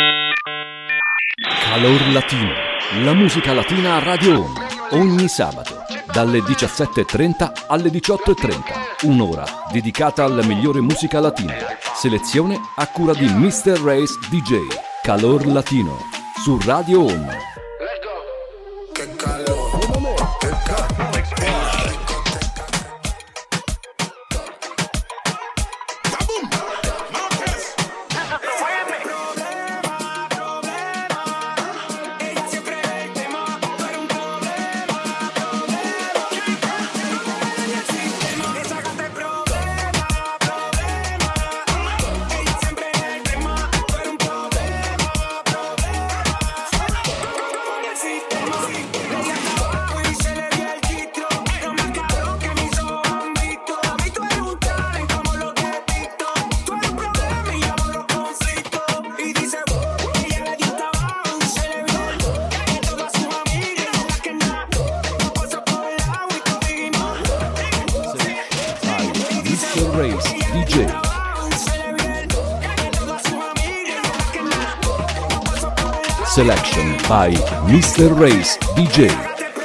Calor Latino, la musica latina a Radio Home, ogni sabato, dalle 17.30 alle 18.30, un'ora dedicata alla migliore musica latina. Selezione a cura di Mr. Race DJ. Calor Latino, su Radio Home. Che calor, che calor. Selection by Mr. Race DJ.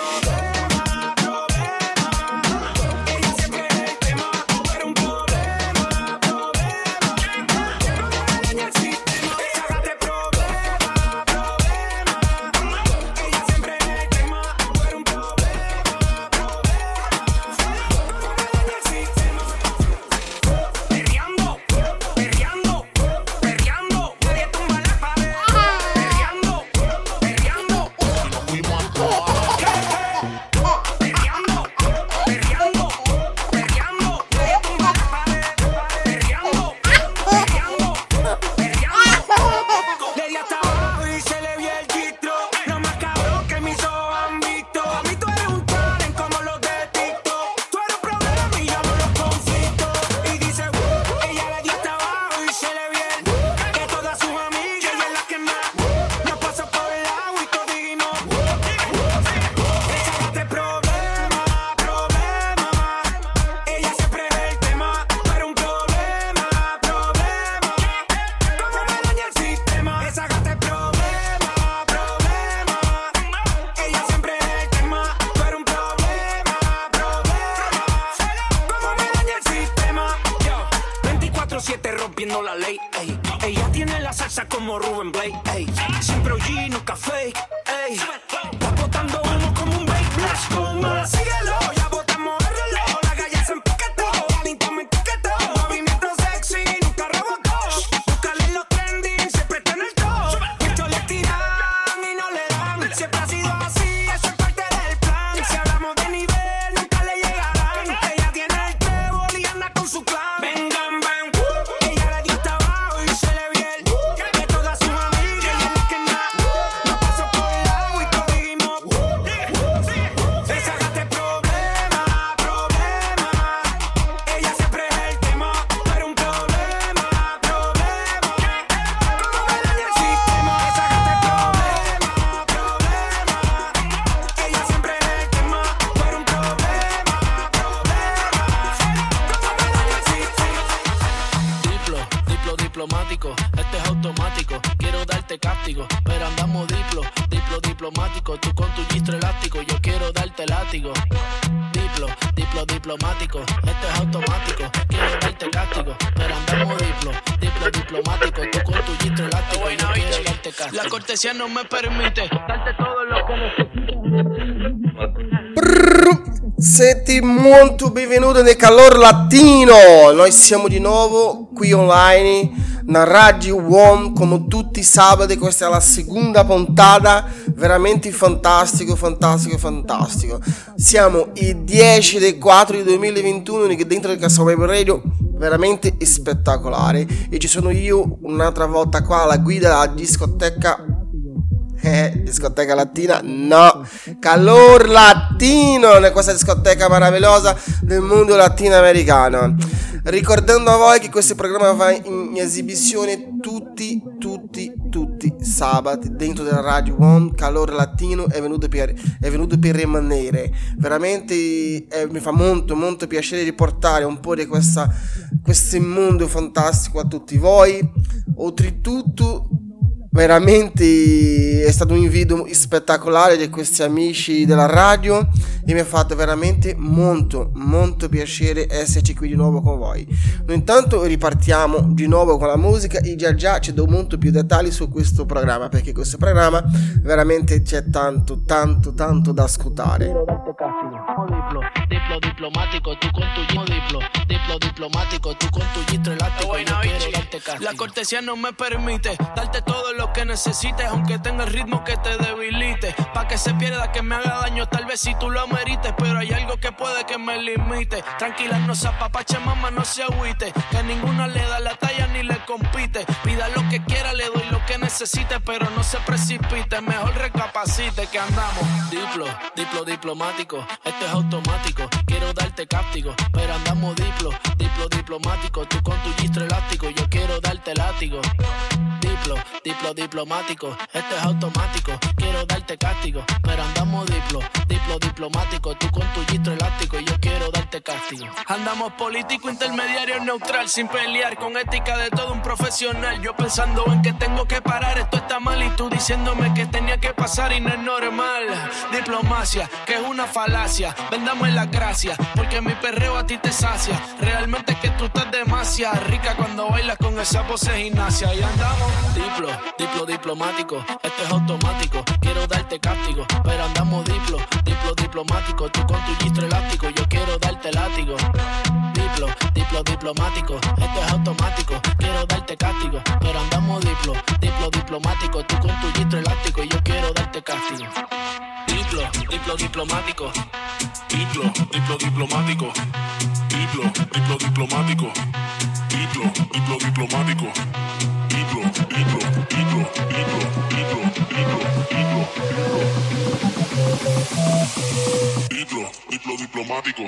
Non me permite darte todo lo che Siete molto benvenuti nel Calor Latino. Noi siamo di nuovo qui online na Radio Home come tutti i sabati. Questa è la seconda puntata, veramente fantastico. Siamo il 10/4/2021 che dentro il Castle Web Radio, veramente spettacolare. E ci sono io un'altra volta qua alla guida della discoteca latina, no, Calor Latino, in questa discoteca meravigliosa del mondo latinoamericano. Ricordando a voi che questo programma va in esibizione tutti sabati dentro della Radio One. Calor Latino è venuto per rimanere. Veramente mi fa molto piacere riportare un po' di questo mondo fantastico a tutti voi. Oltretutto Veramente è stato un invito spettacolare di questi amici della radio e mi ha fatto veramente molto piacere esserci qui di nuovo con voi. Noi intanto ripartiamo di nuovo con la musica e già ci do molto più dettagli su questo programma, perché questo programma veramente c'è tanto da ascoltare. Diplo diplomatico, tú con tu diplo diplomatico, tú con tu gistro elástico. Yo quiero darte castigo. La cortesía no me permite darte todo lo que necesites, aunque tenga el ritmo que te debilite. Pa' que se pierda, que me haga daño, tal vez si tú lo amerites, pero hay algo que puede que me limite. Tranquila, no se apapache, mamá, no se agüite, que ninguna le da la talla ni le compite. Pida lo que quiera, le doy lo que necesite, pero no se precipite, mejor recapacite que andamos. Diplo diplomático, esto es automático. Quiero darte castigo, pero andamos diplo diplomático. Tú con tu gistro elástico, yo quiero darte látigo. Diplo diplomático, esto es automático. Quiero darte castigo, pero andamos diplo diplomático. Tú con tu gistro elástico, yo quiero darte castigo. Andamos político, intermediario, neutral, sin pelear, con ética de todo un profesional. Yo pensando en que tengo que parar, esto está mal, y tú diciéndome que tenía que pasar y no es normal. Diplomacia, que es una falacia. Vendamos la gracia, porque mi perreo a ti te sacia. Realmente es que tú estás demasiado rica cuando bailas con esa pose gimnasia. Y andamos diplo diplomático, esto es automático. Quiero darte castigo, pero andamos diplo diplomático. Tú con tu gistro elástico, yo quiero darte látigo. Diplo diplomático, esto es automático. Quiero darte castigo, pero andamos diplo diplomático. Tú con tu gistro elástico, yo quiero darte castigo. Diplo diplomático. Diplo diplomático. Diplo diplomático. Diplo diplomático. Diplo diplomático.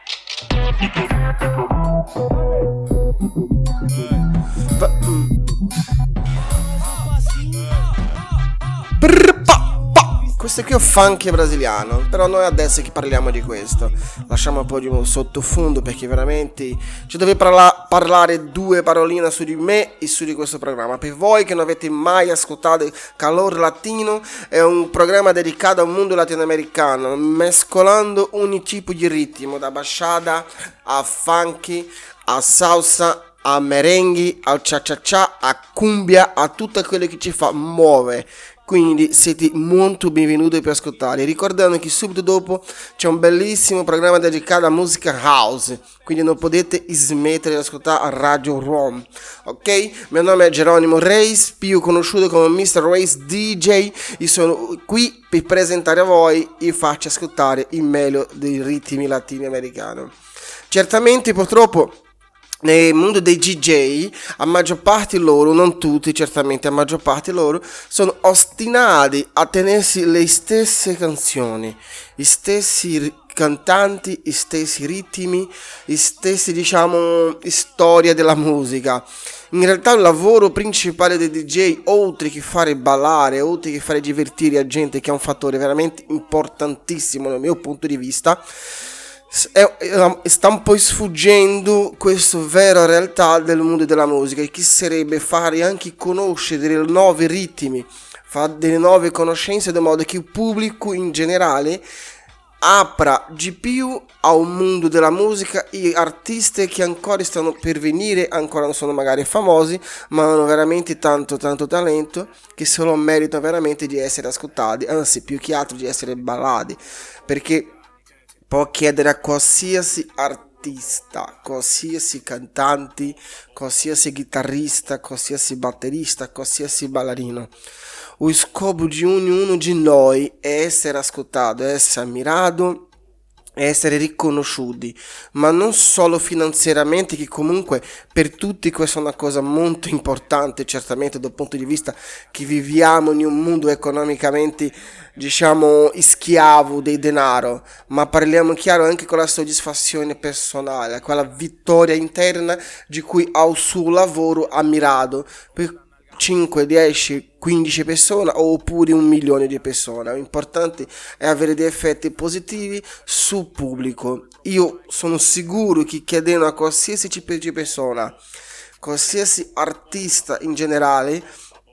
Questo qui è funky brasiliano, però noi adesso che parliamo di questo lasciamo un po' di sottofondo, perché veramente ci deve parlare due paroline su di me e su di questo programma. Per voi che non avete mai ascoltato Calor Latino, è un programma dedicato al mondo latinoamericano, mescolando ogni tipo di ritmo, da bachata a funky, a salsa, a merengue, al cha-cha-cha, a cumbia, a tutto quello che ci fa muovere. Quindi siete molto benvenuti per ascoltare, ricordando che subito dopo c'è un bellissimo programma dedicato a musica house, quindi non potete smettere di ascoltare a Radio Rom, ok? Mio nome è Geronimo Reis, più conosciuto come Mr. Reis DJ, e sono qui per presentare a voi e farci ascoltare il meglio dei ritmi latini americani. Certamente, purtroppo, nel mondo dei DJ, a maggior parte loro, non tutti certamente, a maggior parte loro sono ostinati a tenersi le stesse canzoni, gli stessi cantanti, gli stessi ritmi, gli stessi, diciamo, storie della musica. In realtà il lavoro principale dei DJ, oltre che fare ballare, oltre che fare divertire la gente, che è un fattore veramente importantissimo dal mio punto di vista, sta un po' sfuggendo questa vera realtà del mondo della musica, che sarebbe fare anche conoscere dei nuovi ritmi, fare delle nuove conoscenze, in modo che il pubblico in generale apra di più a un mondo della musica, e artisti che ancora stanno per venire, ancora non sono magari famosi, ma hanno veramente tanto talento, che solo meritano veramente di essere ascoltati, anzi più che altro di essere ballati, perché può chiedere a qualsiasi artista, qualsiasi cantante, qualsiasi chitarrista, qualsiasi batterista, qualsiasi ballerino. O scopo di ognuno di noi è essere ascoltato, essere ammirato, essere riconosciuti, ma non solo finanziariamente, che comunque per tutti questa è una cosa molto importante, certamente dal punto di vista che viviamo in un mondo economicamente, diciamo, schiavo del denaro, ma parliamo chiaro anche con la soddisfazione personale, quella vittoria interna di cui ha il suo lavoro ammirato per 5, 10, 15 persone oppure 1 milione di persone. L'importante è avere dei effetti positivi sul pubblico. Io sono sicuro che chiedendo a qualsiasi tipo di persona, qualsiasi artista in generale,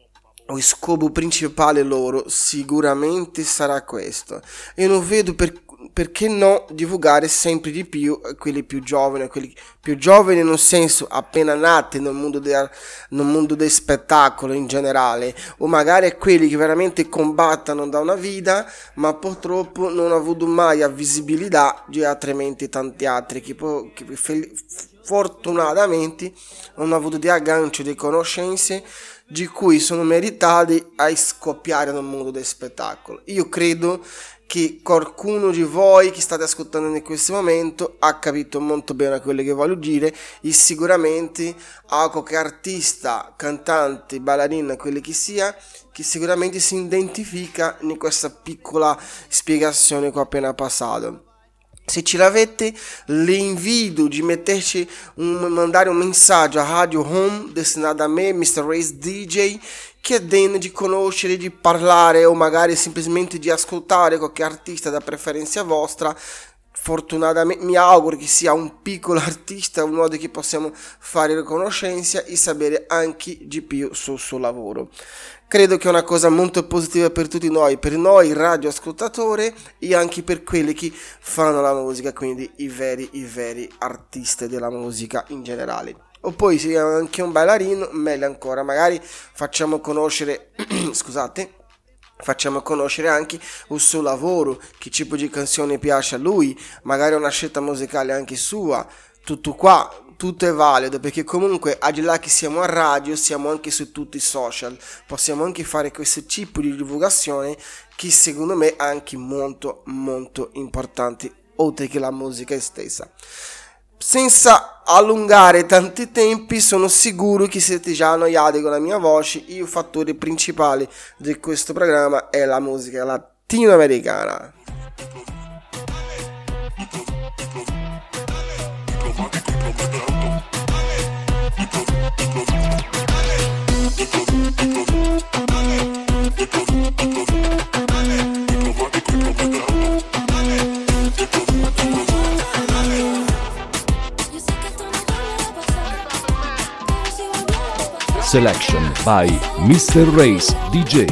o scopo principale loro sicuramente sarà questo. Io non vedo perché no divulgare sempre di più quelli più giovani nel senso appena nati nel mondo del spettacolo in generale, o magari quelli che veramente combattono da una vita ma purtroppo non hanno avuto mai la visibilità di altrimenti tanti altri che fortunatamente hanno avuto di aggancio di conoscenze di cui sono meritati a scoppiare nel mondo del spettacolo. Io credo che qualcuno di voi che state ascoltando in questo momento ha capito molto bene quello che voglio dire, e sicuramente a qualche artista, cantante, ballerina, quello che sia, che sicuramente si identifica in questa piccola spiegazione che ho appena passato. Se ce l'avete, vi invito di mandare un messaggio a Radio Home destinato a me, Mr. Race DJ, chiedendo di conoscere, di parlare o magari semplicemente di ascoltare qualche artista da preferenza vostra. Fortunatamente mi auguro che sia un piccolo artista, un modo che possiamo fare riconoscenza e sapere anche di più sul suo lavoro. Credo che è una cosa molto positiva per tutti noi, per noi radioascoltatori e anche per quelli che fanno la musica, quindi i veri artisti della musica in generale. O poi se è anche un ballerino, meglio ancora, magari facciamo conoscere anche il suo lavoro, che tipo di canzone piace a lui, magari una scelta musicale anche sua. Tutto qua, tutto è valido, perché comunque al di là che siamo a radio, siamo anche su tutti i social, possiamo anche fare questo tipo di divulgazione che secondo me è anche molto molto importante, oltre che la musica stessa. Senza allungare tanti tempi, sono sicuro che siete già annoiati con la mia voce. Il fattore principale di questo programma è la musica latinoamericana. Selection by Mr. Race DJ.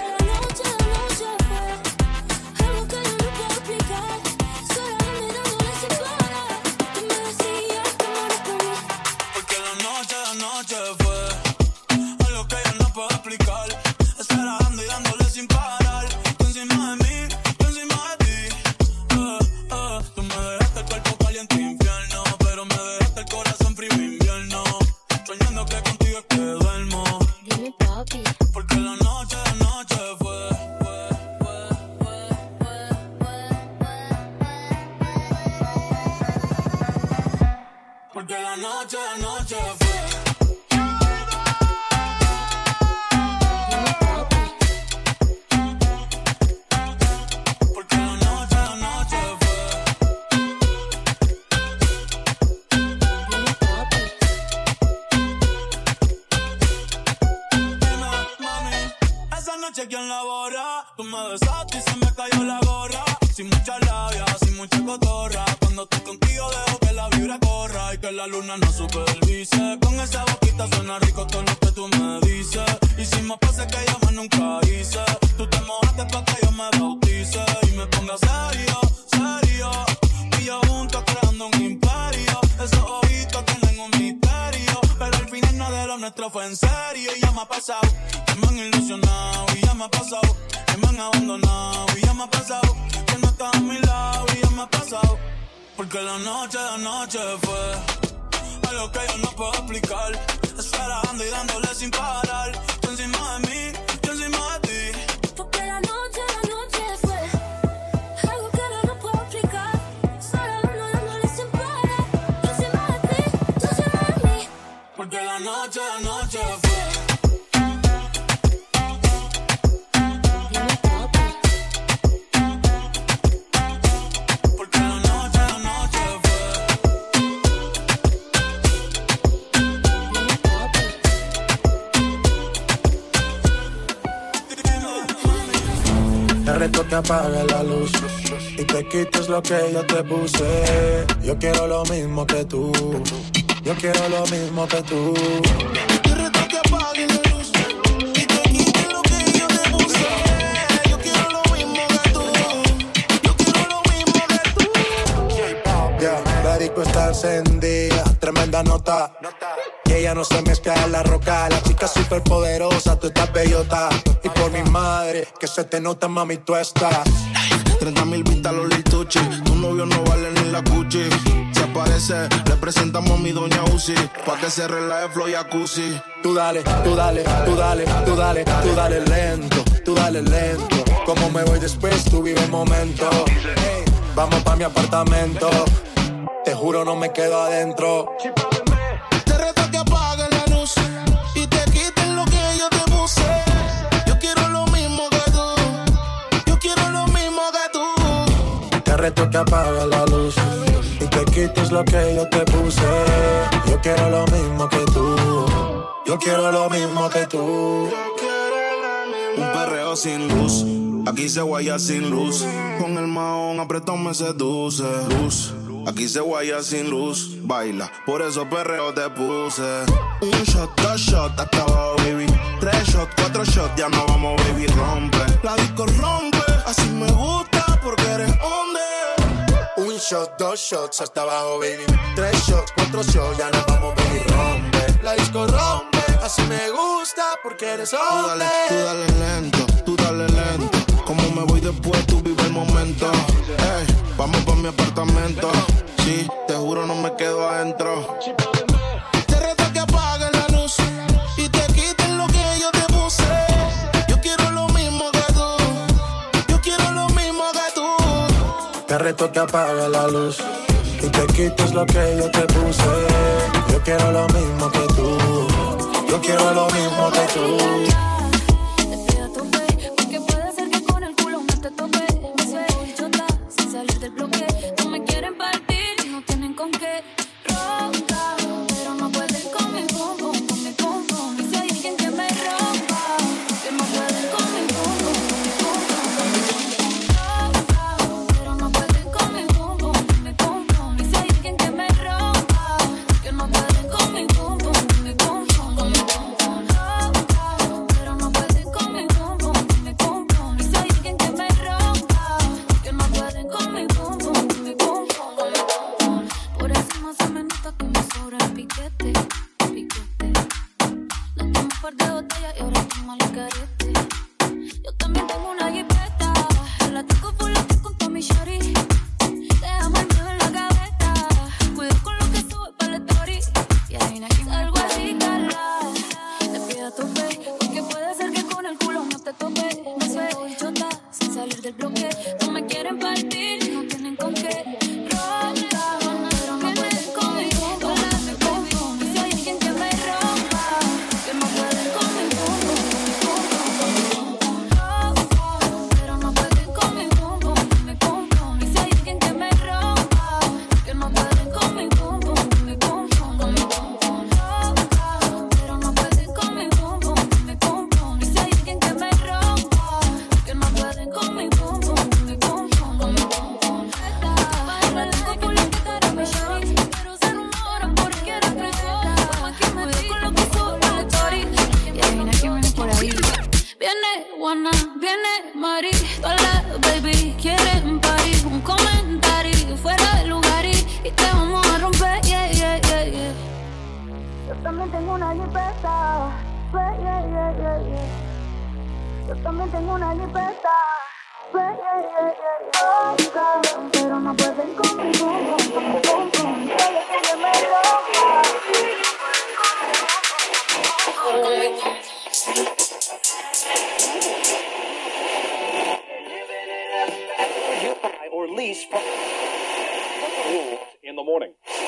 ¿Quién la borra? Tú me besaste y se me cayó la gorra. Sin mucha labia, sin mucha cotorra. Cuando estoy contigo dejo que la vibra corra y que la luna no supervise. Con esa boquita suena rico todo lo que tú me dices. Y si me pasa que yo más nunca hice, tú te mojaste pa' que yo me bautice y me ponga serio, serio. Y yo juntos creando un imperio. Esos ojitos tienen un misterio, pero al final nada de lo nuestro fue en serio. Y ya me ha pasado, que me han ilusionado. Y ya me ha pasado, que me han abandonado. Y ya me ha pasado, que no estás a mi lado. Y ya me ha pasado, porque la noche fue algo que yo no puedo explicar. Esperando y dándole sin parar. Tú encima de mí, yo encima de ti. Porque la noche fue algo que yo no puedo explicar. Esperando y dándole sin parar. Tú encima de ti, tú encima de mí. Porque la noche fue. Te reto que apagues la luz y te quites lo que yo te puse. Yo quiero lo mismo que tú. Yo quiero lo mismo que tú. Te reto que apagues la luz y te quites encendida, tremenda nota. Y ella no se mezcla en la roca. La chica súper poderosa, tú estás bellota. Y por mi madre, que se te nota, mami, tú estás. 30,000 vistas los lituchi. Tu novio no vale ni la cuchi. Si aparece, le presentamos a mi doña Uzi. Pa' que se relaje flow jacuzzi. Tú dale, tú dale, tú dale, tú dale, tú dale lento, tú dale lento. Como me voy después, tú vive el momento. Hey, vamos pa' mi apartamento. Te juro no me quedo adentro. Te reto que apagues la luz y te quiten lo que yo te puse. Yo quiero lo mismo que tú. Yo quiero lo mismo que tú. Te reto que apagues la luz y te quites lo que yo te puse. Yo quiero lo mismo que tú. Yo quiero lo mismo que tú. Un perreo sin luz, aquí se guaya sin luz. Con el mahón apretón me seduce. Luz, aquí se guaya sin luz. Baila, por eso perreo te puse. Un shot, 2 shots, hasta abajo, baby. 3 shots, 4 shots, ya no vamos, baby, rompe. La disco rompe, así me gusta porque eres hombre. Un shot, 2 shots, hasta abajo, baby. 3 shots, 4 shots, ya nos vamos, baby, rompe. La disco rompe, así me gusta porque eres hombre. Tú dale lento, tú dale lento. Como me voy después, tú vive el momento. Ey, vamos pa' mi apartamento. Sí, te juro no me quedo adentro. Te reto que apagues la luz y te quiten lo que yo te puse. Yo quiero lo mismo que tú. Yo quiero lo mismo que tú. Te reto que apagues la luz y te quites lo que yo te puse. Yo quiero lo mismo que tú. Yo quiero lo mismo que tú. Te a tope, porque puede ser que con el culo no te tope. Me siento bichota, sin salir del bloque. No me quieren partir, no tienen con qué. Ronca, pero no pueden con mi pum pum, con mi pum pum. Y si hay alguien que me rompa, que no pueden con mi pum pum, con mi pum pum. Ronca, pero no pueden con mi pum pum, con mi pum pum. Y si hay alguien que me rompa, que no pueden con mi pum pum, con mi pum pum, con mi pum pum. Pero no pueden con mi pum pum, con mi pum pum. Y si hay alguien que me rompa, que no pueden con mi pum pum, con mi pum pum, con mi pum pum. Por encima se me nota que me sobra el piquete, piquete. No tomo un par de botellas y ahora tomo el carete. Yo también tengo una jipeta, la tengo full con mi shorty. Déjame el miedo en la gaveta, cuido con lo que sube para la story. Y adivina quién salgo así, Carla. Te pido a tope, porque puede ser que con el culo no te tope. Me suelto bichota, sin salir del bloque. No me quieren partir, no tienen con qué. Ronca, pero no pueden con mi pum pum, con mi pum pum. Y si hay alguien que me rompa, que no pueden con mi pum pum, con mi pum pum, con mi pum pum. Ronca, pero no pueden con mi pum pum, con mi pum pum. Y si hay alguien que me rompa, que no pueden con mi pum pum, con mi pum pum, con mi pum pum. Ronca, pero no pueden con mi pum pum, con mi pum pum. Y si hay alguien que me rompa, que no pueden con mi pum pum, con mi pum pum, con mi pum pum. Baila la con la guitarra, mi shorty. Quiero ser un hora porque quiero crecer. Como aquí me cuido con lo que sube para la story. Y adivina quién viene por ahí. Viene Juana, viene Mari. Todas las baby quieren party. Un comentario fuera de lugar y te vamos a romper, yeah, yeah, yeah, yeah. Yo también tengo una jipeta, yeah, yeah, yeah, yeah, yeah. Yo también tengo una jipeta, yeah, yeah, yeah, yeah, yeah. Pero no pueden conmigo, con que me or lease from in the morning.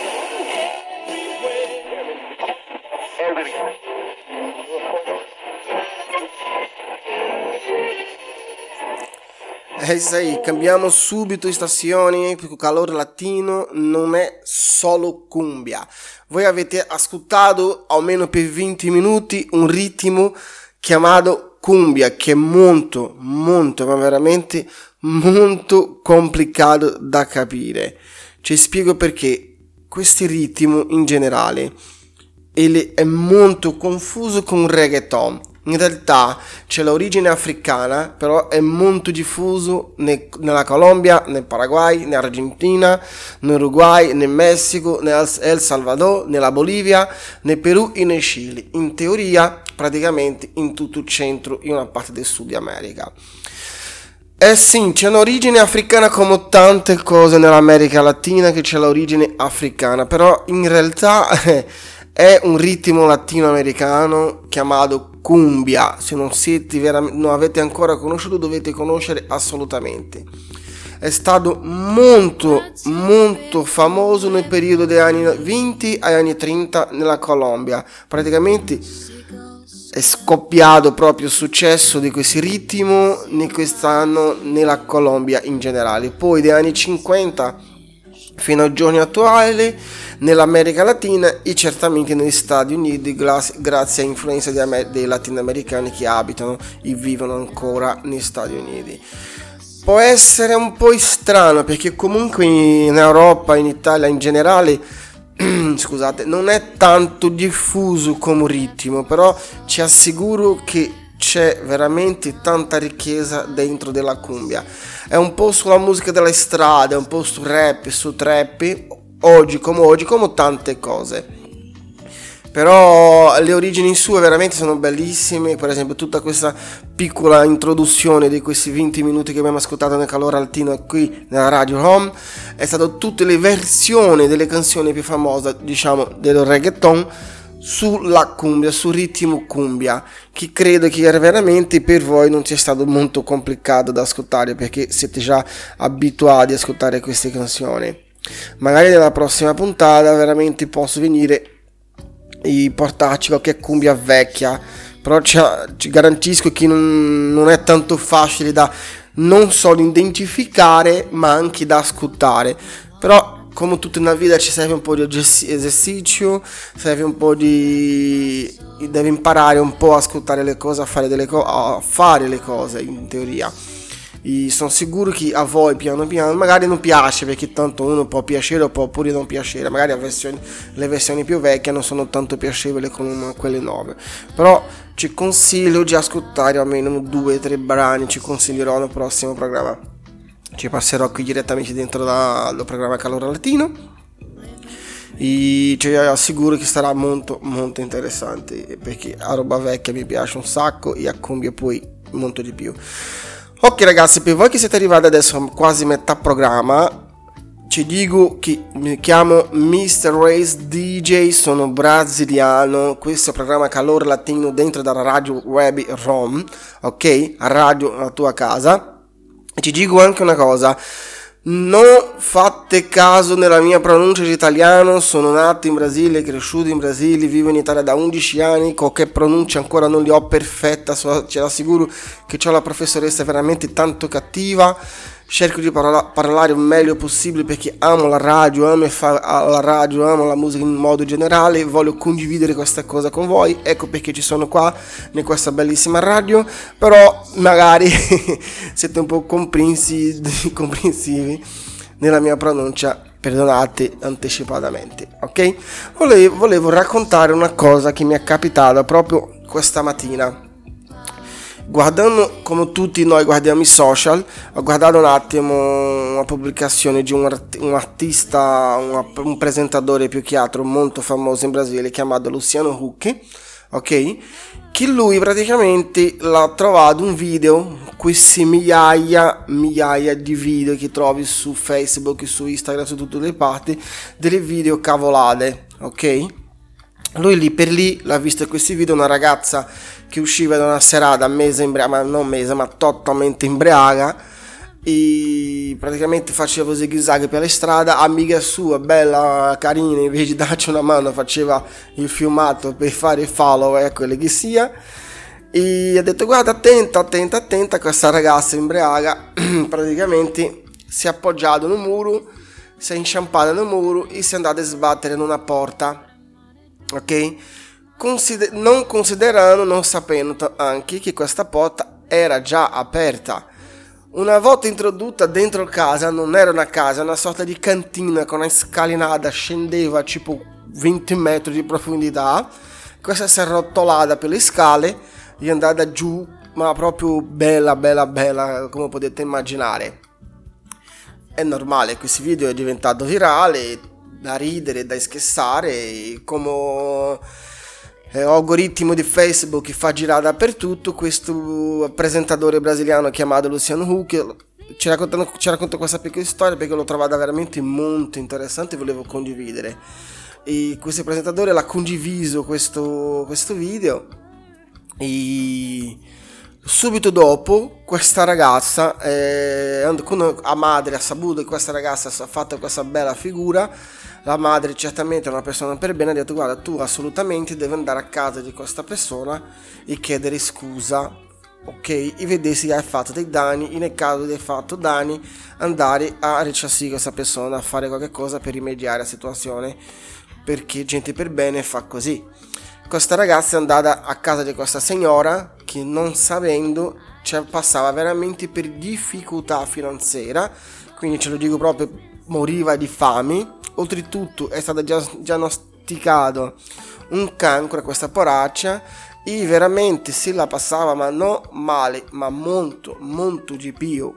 È isso aí, cambiamo subito stazioni perché il calore latino non è solo cumbia. Voi avete ascoltato almeno per 20 minuti un ritmo chiamato cumbia che è molto, ma veramente molto complicato da capire. Ci spiego perché. Questo ritmo in generale è molto confuso con il reggaeton. in realtà c'è l'origine africana, però è molto diffuso nella Colombia, nel Paraguay, nell'Argentina, nell'Uruguay, nel Messico, nel El Salvador, nella Bolivia, nel Perù e nel Cile. In teoria, praticamente in tutto il centro e una parte del Sud America. Sì, c'è un'origine africana come tante cose nell'America Latina, che c'è l'origine africana, però in realtà è un ritmo latinoamericano chiamato cumbia. Se non avete ancora conosciuto, dovete conoscere assolutamente. È stato molto famoso nel periodo degli anni 20 agli anni 30 nella Colombia. Praticamente è scoppiato proprio il successo di questo ritmo in quest'anno nella Colombia in generale. Poi dagli anni 50 fino ai giorni attuali nell'America Latina e certamente negli Stati Uniti, grazie a influenza dei latinoamericani che abitano e vivono ancora negli Stati Uniti. Può essere un po' strano perché comunque in Europa, in Italia in generale, scusate, non è tanto diffuso come ritmo, però ci assicuro che c'è veramente tanta ricchezza dentro della cumbia. È un po' sulla musica della strada, è un po' su rap, su trap, oggi come tante cose. Però le origini sue veramente sono bellissime. Per esempio tutta questa piccola introduzione di questi 20 minuti che abbiamo ascoltato nel Calore Latino qui nella Radio Home è stato tutte le versioni delle canzoni più famose, diciamo, del reggaeton sulla cumbia, sul ritmo cumbia, che credo che veramente per voi non sia stato molto complicato da ascoltare perché siete già abituati ad ascoltare queste canzoni. Magari nella prossima puntata veramente posso venire e portarci qualche cumbia vecchia, però ci garantisco che non è tanto facile da non solo identificare ma anche da ascoltare. Però come tutto nella vita ci serve un po' di esercizio, serve un po' devi imparare un po' a ascoltare le cose, a fare le cose in teoria. E sono sicuro che a voi piano piano magari non piace, perché tanto uno può piacere o può pure non piacere, magari le versioni più vecchie non sono tanto piacevoli come quelle nuove, però ci consiglio di ascoltare almeno 2 o 3 brani, ci consiglierò nel prossimo programma, ci passerò qui direttamente dentro dal programma Calore Latino e ci assicuro che sarà molto molto interessante, perché a roba vecchia mi piace un sacco e a cumbia poi molto di più. Ok ragazzi, per voi che siete arrivati adesso a quasi metà programma, ci dico che mi chiamo Mr. Race DJ, sono brasiliano, questo è il programma Calore Latino dentro dalla radio web ROM, ok? A radio la tua casa. E ci dico anche una cosa, non fate caso nella mia pronuncia di italiano, sono nato in Brasile, cresciuto in Brasile, vivo in Italia da 11 anni, qualche pronuncia ancora non li ho perfetta, ce l'assicuro che ho la professoressa veramente tanto cattiva, cerco di parlare il meglio possibile perché amo la radio, amo la musica in modo generale, voglio condividere questa cosa con voi, ecco perché ci sono qua in questa bellissima radio, però magari siete un po' comprensivi nella mia pronuncia, perdonate anticipatamente, ok? Volevo raccontare una cosa che mi è capitata proprio questa mattina. Guardando, come tutti noi guardiamo i social, ho guardato un attimo una pubblicazione di un artista, un presentatore più che altro molto famoso in Brasile chiamato Luciano Huck, ok? Che lui praticamente l'ha trovato un video, questi migliaia di video che trovi su Facebook, su Instagram, su tutte le parti, delle video cavolate, ok? Lui lì per lì l'ha visto questi video, una ragazza che usciva da una serata ma totalmente imbriaca e praticamente faceva zig-zag per le strade, amica sua bella carina, invece di darci una mano faceva il filmato per fare follow, quello che sia, e ha detto guarda attenta, questa ragazza imbriaca praticamente si è appoggiata nel muro, si è inciampata nel muro e si è andata a sbattere in una porta, ok? Non sapendo anche che questa porta era già aperta. Una volta introdotta dentro casa, non era una casa, una sorta di cantina con una scalinata, scendeva tipo 20 metri di profondità. Questa si è rotolata per le scale, è andata giù, ma proprio bella, come potete immaginare. È normale, questo video è diventato virale, da ridere, da scherzare, come algoritmo di Facebook che fa girare dappertutto. Questo presentatore brasiliano chiamato Luciano Huck ci racconta questa piccola storia perché l'ho trovata veramente molto interessante e volevo condividere. E questo presentatore l'ha condiviso questo video e subito dopo questa ragazza, quando la madre ha saputo che questa ragazza ha fatto questa bella figura, la madre certamente è una persona per bene, ha detto: guarda, tu assolutamente devi andare a casa di questa persona e chiedere scusa, ok, e vedere se hai fatto dei danni, e nel caso di hai fatto danni andare a ricevere questa persona, a fare qualche cosa per rimediare la situazione, perché gente per bene fa così. Questa ragazza è andata a casa di questa signora che, non sapendo, passava veramente per difficoltà finanziaria, quindi ce lo dico proprio, moriva di fame. Oltretutto è stato diagnosticato un cancro a questa poraccia e veramente se la passava, ma non male, ma molto di più.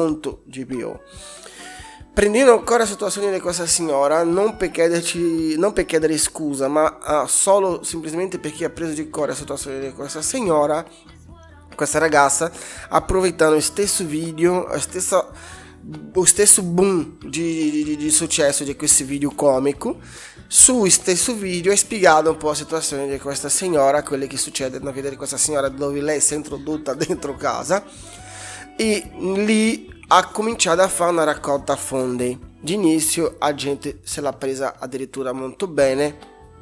Prendendo ancora la situazione di questa signora, non per chiedere scusa, ma solo semplicemente perché ha preso di cuore la situazione di questa signora, questa ragazza, approfittando lo stesso video, lo stesso boom di successo di questo video comico, su stesso video è spiegato un po' la situazione di questa signora, quello che succede nella vita di questa signora, dove lei si è introdotta dentro casa e lì ha cominciato a fare una raccolta fondi. D'inizio la gente se l'ha presa addirittura molto bene,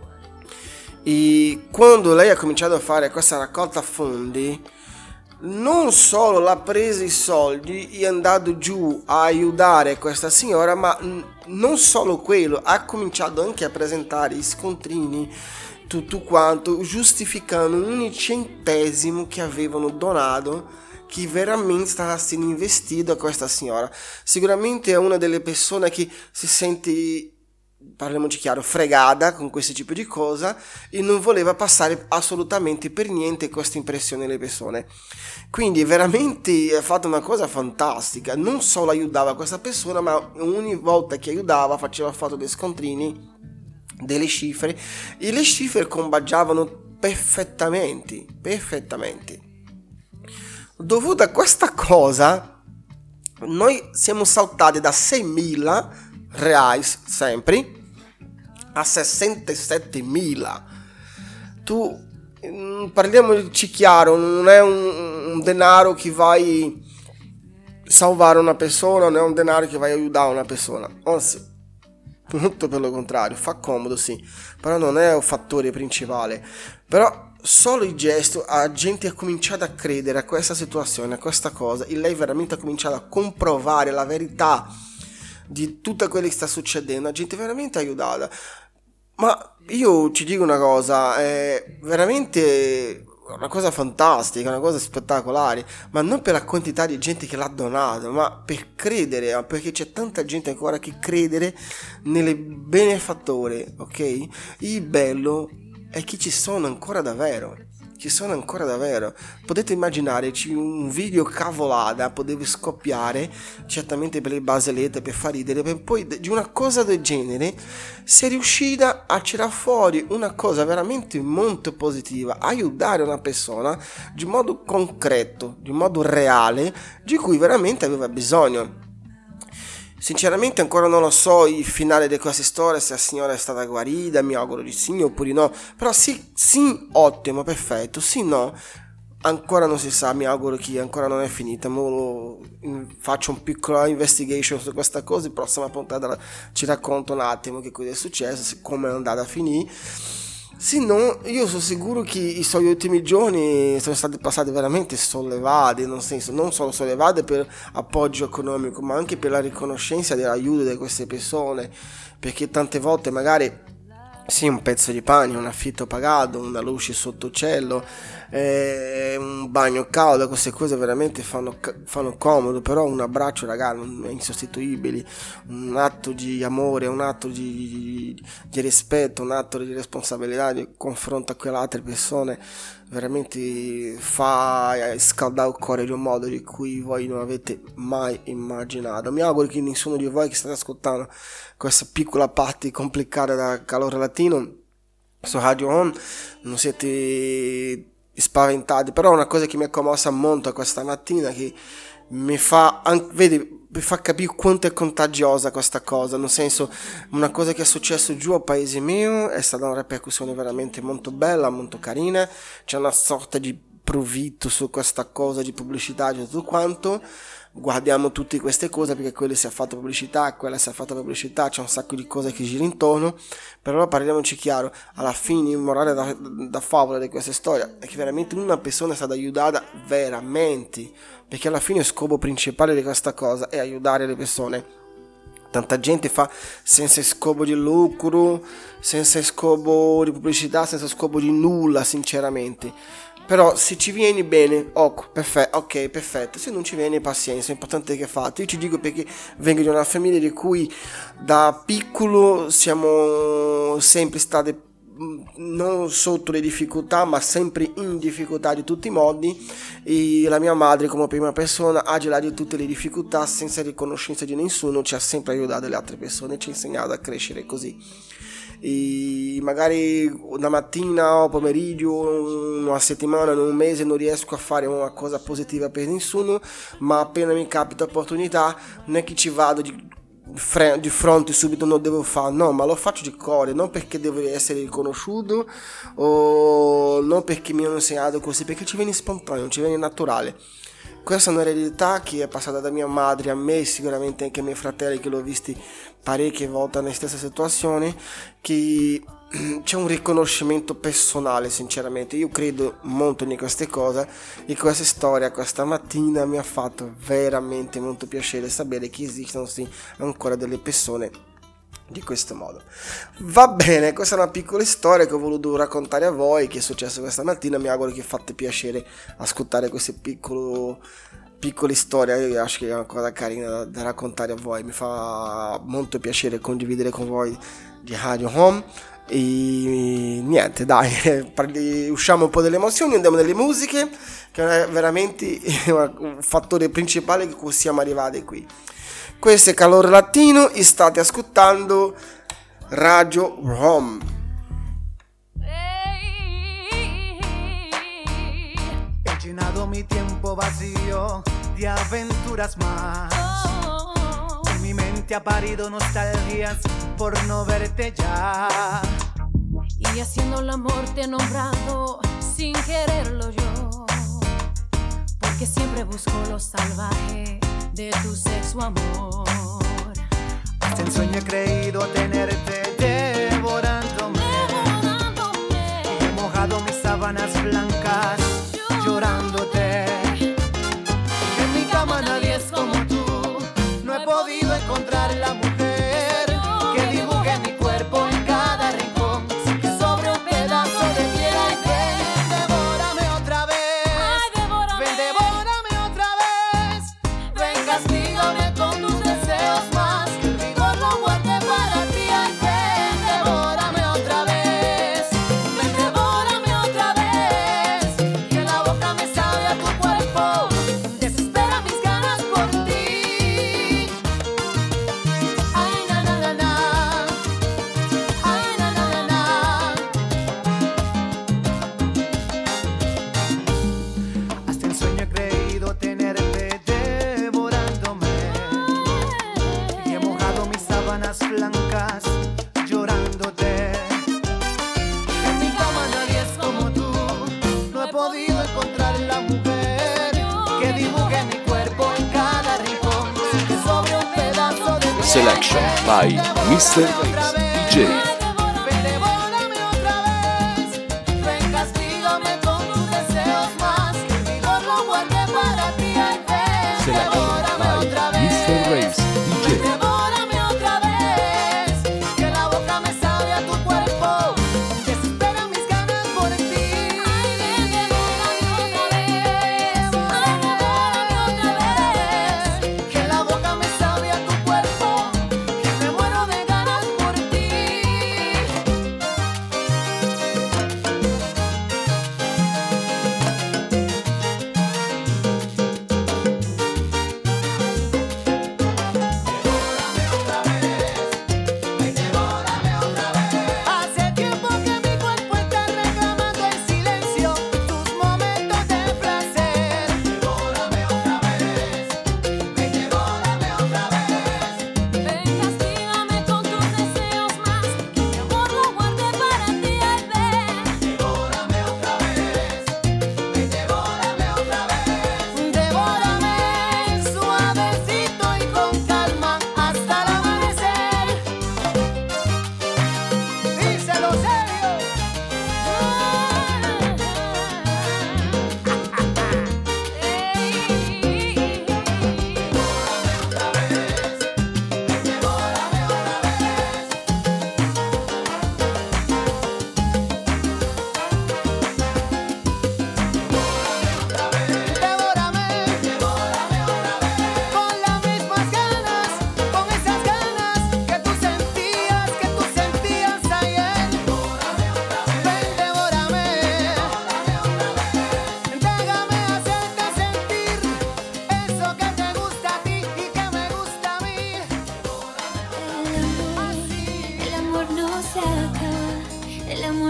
e quando lei ha cominciato a fare questa raccolta fondi, non solo l'ha preso i soldi e è andato giù a aiutare questa signora, ma non solo quello, ha cominciato anche a presentare i scontrini, tutto quanto, giustificando ogni centesimo che avevano donato, che veramente stava essendo investito a questa signora. Sicuramente è una delle persone che si sente, parliamoci chiaro, fregata con questo tipo di cosa e non voleva passare assolutamente per niente questa impressione alle persone. Quindi veramente ha fatto una cosa fantastica, non solo aiutava questa persona, ma ogni volta che aiutava faceva foto dei scontrini, delle cifre, e le cifre combaciavano perfettamente. Dovuto a questa cosa noi siamo saltati da 6.000 reais sempre a 67.000. Tu, parliamoci chiaro, non è un denaro che vai salvare una persona, non è un denaro che vai aiutare una persona, anzi tutto per lo contrario, fa comodo sì, però non è un fattore principale. Però solo il gesto, la gente ha cominciato a credere a questa situazione, a questa cosa, e lei veramente ha cominciato a comprovare la verità di tutto quello che sta succedendo. La gente veramente aiutata. Ma io ci dico una cosa, è veramente una cosa fantastica, una cosa spettacolare, ma non per la quantità di gente che l'ha donato, ma per credere, perché c'è tanta gente ancora che crede nelle benefattore, ok? Il bello è che ci sono ancora davvero. Potete immaginare, un video cavolata poteva scoppiare certamente per le barzellette, per far ridere, per poi di una cosa del genere si è riuscita a tirare fuori una cosa veramente molto positiva, aiutare una persona di modo concreto, di modo reale, di cui veramente aveva bisogno. Sinceramente ancora non lo so il finale di questa storia, se la signora è stata guarita, mi auguro di sì oppure no, però sì, ottimo, perfetto, sì, no, ancora non si sa, mi auguro che ancora non è finita, faccio un piccolo investigation su questa cosa, in prossima puntata ci racconto un attimo che cosa è successo, come è andata a finire. Sì, no, io sono sicuro che i suoi ultimi giorni sono stati passati veramente sollevati, nel senso, non solo sollevati per appoggio economico, ma anche per la riconoscenza dell'aiuto di queste persone, perché tante volte magari sì, un pezzo di pane, un affitto pagato, una luce sotto cielo, un bagno caldo, queste cose veramente fanno comodo, però un abbraccio, ragazzi, è insostituibile, un atto di amore, un atto di rispetto, un atto di responsabilità di confronto a quelle altre persone, veramente fa scaldare il cuore di un modo di cui voi non avete mai immaginato. Mi auguro che nessuno di voi che state ascoltando questa piccola parte complicata da Calore Latino su Radio Home non siete spaventati, però una cosa che mi ha commossa molto questa mattina, che mi fa capire quanto è contagiosa questa cosa, nel senso, una cosa che è successo giù al paese mio è stata una ripercussione veramente molto bella, molto carina, c'è una sorta di profitto su questa cosa di pubblicità e tutto quanto. Guardiamo tutte queste cose perché quella si è fatta pubblicità, quella si è fatta pubblicità, c'è un sacco di cose che gira intorno, però parliamoci chiaro, alla fine il morale da favola di questa storia è che veramente una persona è stata aiutata veramente, perché alla fine lo scopo principale di questa cosa è aiutare le persone. Tanta gente fa senza scopo di lucro, senza scopo di pubblicità, senza scopo di nulla, sinceramente. Però se ci vieni bene, ok, perfetto, se non ci vieni pazienza, è importante che fate. Io ci dico perché vengo di una famiglia di cui da piccolo siamo sempre stati non sotto le difficoltà, ma sempre in difficoltà di tutti i modi, e la mia madre come prima persona ha gelato di tutte le difficoltà senza riconoscenza di nessuno, ci ha sempre aiutato le altre persone, ci ha insegnato a crescere così. E magari una mattina o pomeriggio, una settimana, un mese non riesco a fare una cosa positiva per nessuno, ma appena mi capita opportunità non è che ci vado di fronte subito, non devo fare, no, ma lo faccio di cuore, non perché devo essere riconosciuto o non perché mi hanno insegnato così, perché ci viene spontaneo, ci viene naturale. Questa è una eredità che è passata da mia madre a me, sicuramente anche ai miei fratelli, che l'ho visti parecchie volte nella stessa situazione, che c'è un riconoscimento personale, sinceramente. Io credo molto in queste cose e questa storia questa mattina mi ha fatto veramente molto piacere sapere che esistono sì ancora delle persone di questo modo. Va bene, questa è una piccola storia che ho voluto raccontare a voi, che è successo questa mattina. Mi auguro che fate piacere ascoltare queste piccole storie. Io acho che è una cosa carina da raccontare a voi, mi fa molto piacere condividere con voi di Radio Home. E niente, dai, usciamo un po' delle emozioni, andiamo nelle musiche, che è veramente un fattore principale che siamo arrivati qui. Questo è Calore Latino e state ascoltando Radio Home. He llenado mi tiempo vacío de aventuras más. En mi mente ha parido nostalgias por no verte ya. Y haciendo el amor te he nombrado sin quererlo yo, porque siempre busco lo salvaje de tu sexo amor. Hasta en sueño he creído tenerte devorándome. Y he mojado mis sábanas blancas llorándote. En mi cama nadie es como tú. No he podido encontrar la mujer que dibuje mi cuerpo en cada rincón, sin que sobre un pedazo de piel. Ay, ven, devórame otra vez. Ay, devórame. Ven, devórame otra vez. Ven, castígame con tus deseos más, que el vigor lo guarde para ti. Ay, ven, devórame otra vez. Ven, devórame otra vez. Que la boca me sabe a tu cuerpo, desespera mis ganas por ti. Ay, na, na, na, na. Ay, na, na, na, na. Hasta en sueño he creído tenerte devorándome. Y he mojado mis sábanas blancas llorándote. En mi cama nadie es como tú. No he podido encontrar la mujer que dibuje mi cuerpo en cada rincón, sin que sobre un pedazo de piel. Selection by Mr. Race DJ. Ven, devórame otra vez. Ven, castígame con tus deseos más, que el vigor lo guarde para ti. Ay, ven, Selection devórame by otra vez. Mr. Race DJ. Devórame otra vez, que la boca me sabe a tu cuerpo, desespera mis ganas por ti. Ay, devórame otra vez. Ay, devórame otra vez. Que la boca me sabe a tu cuerpo, que me muero de ganas por ti.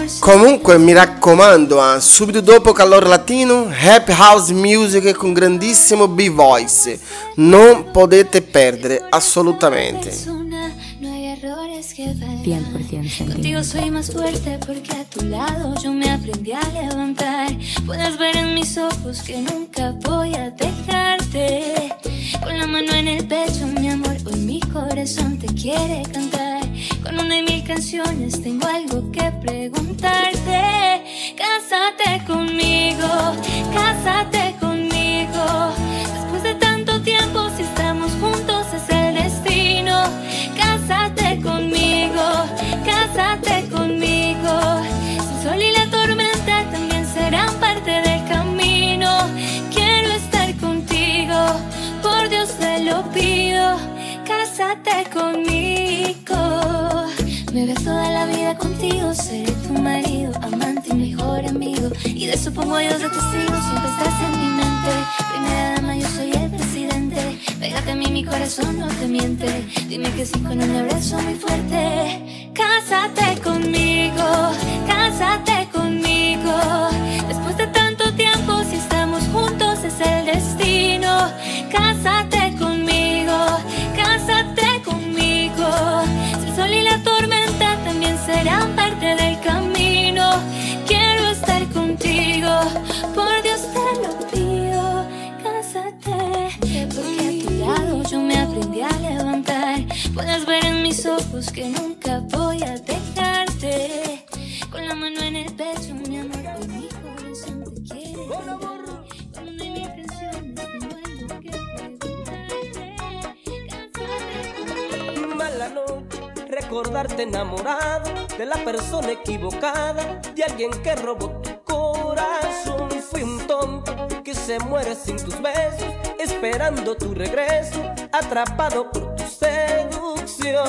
Comunque mi raccomando, subito dopo Calor Latino, Happy House Music con grandissimo B-Voice. Non potete perdere, assolutamente. 100% contigo soy más fuerte porque a tu lado yo me aprendí a levantar. Puedes ver en mis ojos que nunca voy a dejarte. Con la mano en el pecho, mi amor, hoy mi corazón te quiere cantar. Con una de mil canciones tengo algo que preguntarte. Cásate conmigo, cásate conmigo. Después de tanto tiempo, si estamos juntos es el destino. Cásate conmigo, cásate conmigo. El sol y la tormenta también serán parte del camino. Quiero estar contigo, por Dios te lo pido. Cásate conmigo. Me ves toda la vida contigo, seré tu marido, amante y mejor amigo. Y de eso pongo a Dios de testigo, siempre estás en mi mente. Primera dama, yo soy el presidente. Pégate a mí, mi corazón no te miente. Dime que sí con un abrazo muy fuerte. Cásate conmigo, cásate conmigo. Después de tanto tiempo, si estamos juntos es el destino. Cásate conmigo, cásate conmigo. Si el sol y la tormenta también serán parte del camino. Quiero estar contigo, por Dios te lo pido. Cásate, porque a tu lado yo me aprendí a levantar. Puedes ver en mis ojos que nunca voy a dejarte. Con la mano en el pecho, mi amor, hoy mi corazón te quiere. Con amor, con una de mis canciones tengo algo que preguntarte. Cásate. Mala noche, recordarte enamorado de la persona equivocada, de alguien que robó tu corazón. Fui un tonto que se muere sin tus besos, esperando tu regreso, atrapado por tu seducción.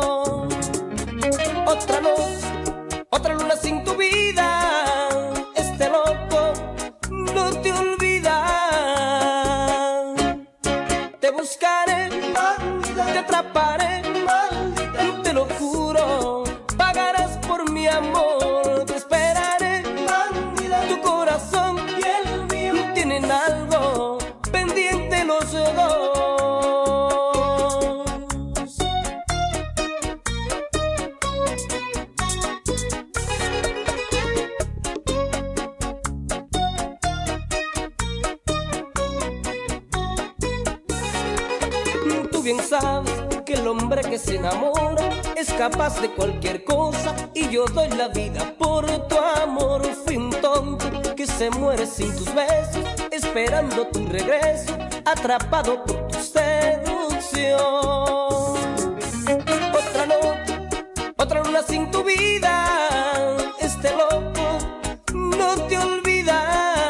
Otra noche, otra luna sin tu vida, este loco no te olvida. Te buscaré, te atraparé, te lo juro, pagarás por mi amor. Te esperaré, tu corazón y el mío tienen algo pendiente los dos. Tú bien sabes que el hombre que se enamora es capaz de cualquier cosa, y yo doy la vida por tu amor. Fui un tonto que se muere sin tus besos, esperando tu regreso, atrapado por tu seducción. Otra noche, otra luna sin tu vida, este loco no te olvida.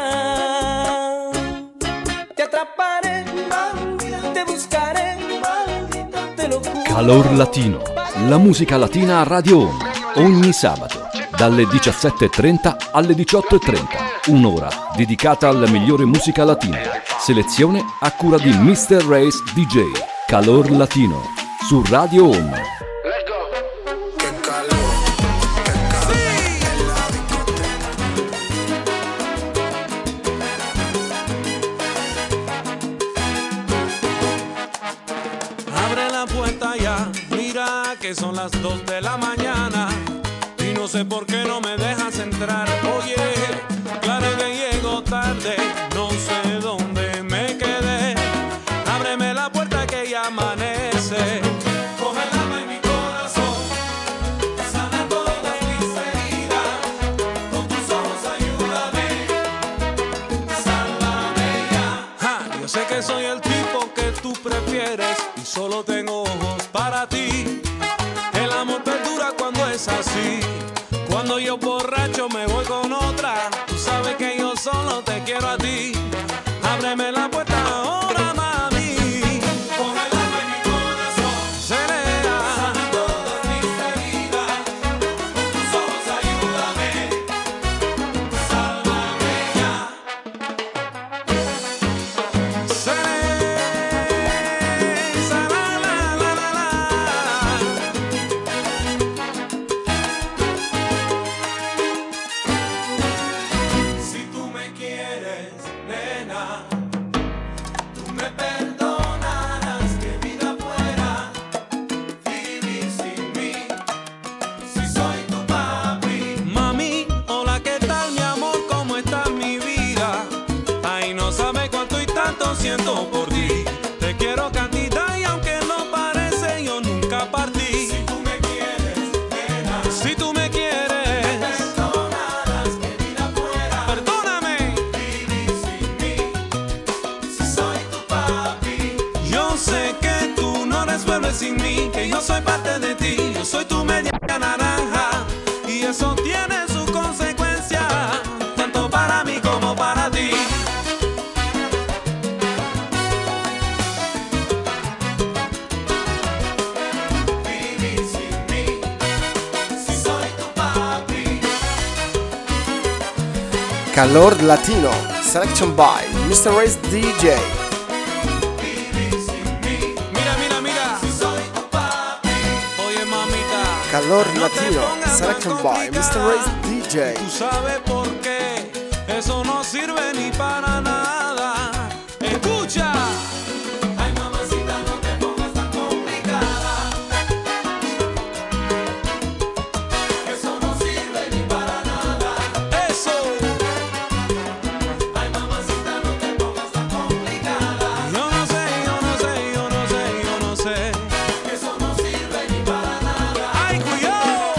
Te atraparé, te buscaré, te lo juro. Calor Latino, la musica latina a Radio Home, ogni sabato dalle 17.30 alle 18.30, un'ora dedicata alla migliore musica latina. Selezione a cura di Mr. Race DJ. Calor Latino su Radio Home. Abre la puerta ya, mira que son las 2 de la mañana y no sé por qué no me dejas entrar. Oye, claro que llego tarde, no sé dónde me quedé. Ábreme la puerta que ya amanece. Coge el alma en mi corazón, sana todas mis heridas. Con tus ojos ayúdame, sálvame ya. Yo sé que soy el tipo que tú prefieres y solo tengo ojos para ti. El amor perdura cuando es así. Cuando yo borracho me voy con otra, tú sabes que yo solo te quiero a ti. Ábreme la puerta ahora, mami. Coge el alma en mi corazón, serena, sana todas mis heridas. Con tus ojos ayúdame, sálvame ya. no es sin mí, que yo soy parte de ti, yo soy tu media naranja, y eso tiene su consecuencia, tanto para mí como para ti. Vivir sin mí, si soy tu papi. Calor Latino, selection by Mr. Race DJ. Calor Latino, selection by Mr. Race DJ. Tú sabes por qué, eso no sirve ni para nada. Escucha. Ay, mamacita, no te pongas tan complicada. Eso no sirve ni para nada. Eso. Ay, mamacita, no te pongas tan complicada. Yo no sé, yo no sé, yo no sé, yo no sé. Eso no sirve ni para nada. Ay, cuidado.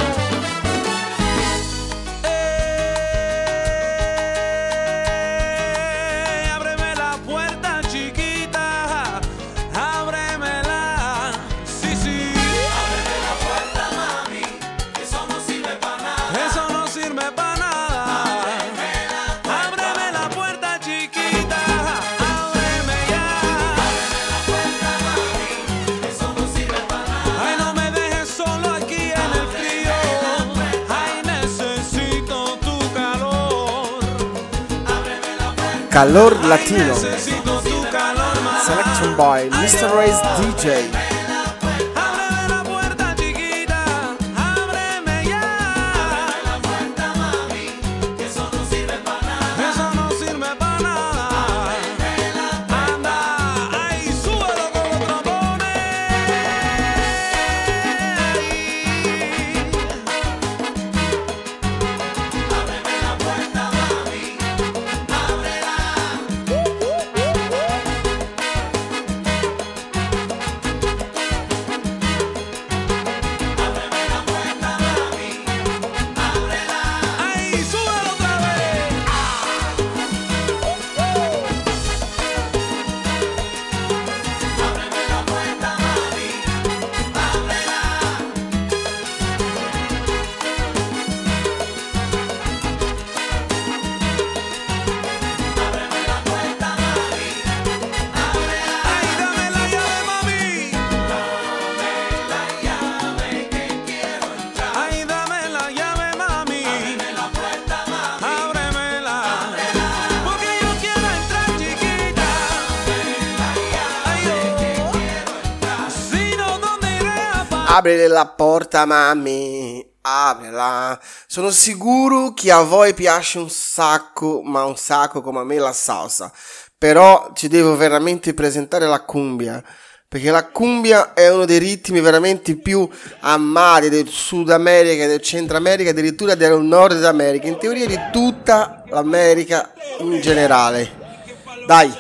Ábreme la puerta, chiquita. Ábremela. Sí, sí. Ábreme la puerta, mami. Eso no sirve para nada. Eso no sirve para nada. Ábreme la puerta, chiquita. Ábreme ya. Ábreme la puerta, mami. Eso no sirve para nada. Ay, no me dejes solo aquí en el frío. Ay, necesito tu calor. Ábreme la puerta. Calor Latino, Necesito tu calor, mamá. selection by Mr. Race DJ. Ábreme la puerta, chiquita. Ábreme ya. Ábreme la puerta, mami. Eso no sirve para nada. Eso no sirve para nada. Anda, ay, súbelo con los trombones. Ábreme la puerta, mami. Ábrela. Ay, súbelo otra vez. Ábreme la puerta, mami. Ábrela. Ábreme la puerta, mami. Ábrela. Ay, dame la llave, mami. Dame la llave que quiero entrar. Ay, dame la llave, mami. Ábreme la puerta, mami. Ábremela. Porque yo quiero entrar, chiquita. Dame la llave que quiero entrar. Si no, ¿dónde iré a parar? Apri la porta, mami, aprila. Sono sicuro che a voi piace un sacco, ma un sacco come a me la salsa. Però ci devo veramente presentare la cumbia, perché la cumbia è uno dei ritmi veramente più amati del Sud America, del Centro America, addirittura del Nord America, in teoria di tutta l'America in generale. Dai!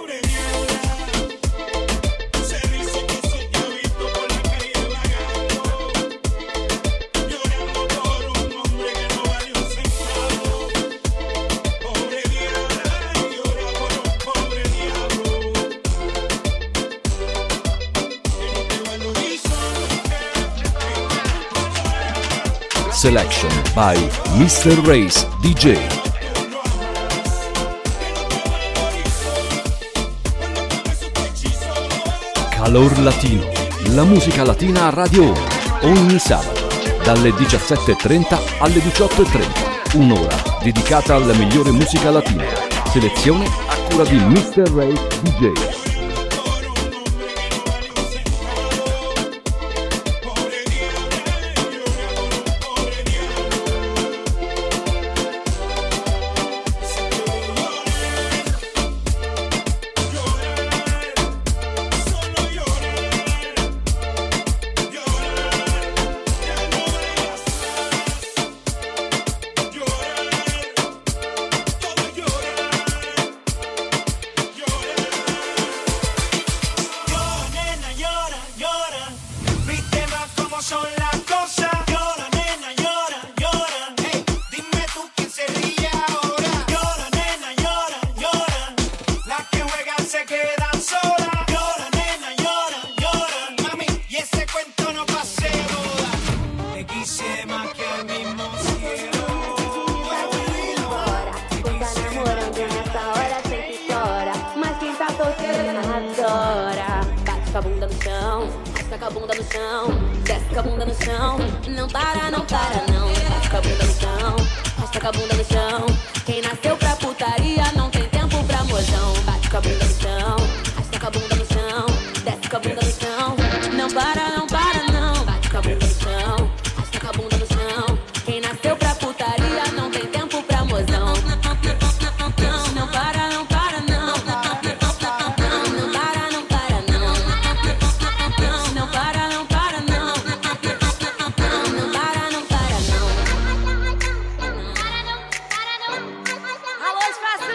Selection by Mr. Race DJ. Calor Latino, la musica latina a Radio Home, ogni sabato dalle 17:30 alle 18:30, un'ora dedicata alla migliore musica latina. Selezione a cura di Mr. Race DJ. Se quedan solas. Llora, nena, llora, llora. Mami, arrasta com a bunda no chão, desce com a bunda no chão, não para, não para não, bate com a bunda no chão, arrasta com a bunda no chão, quem nasceu pra putaria não tem tempo pra mozão, bate com a bunda no chão, arrasta com a bunda no chão, desce com a bunda no chão, não para, não para não, bate com a bunda no chão, arrasta com a bunda no chão, quem nasceu pra putaria não tem tempo pra mozão, não para, não para não, não para, não para não, não para, não para não, não para, não para não. Alô, Espaço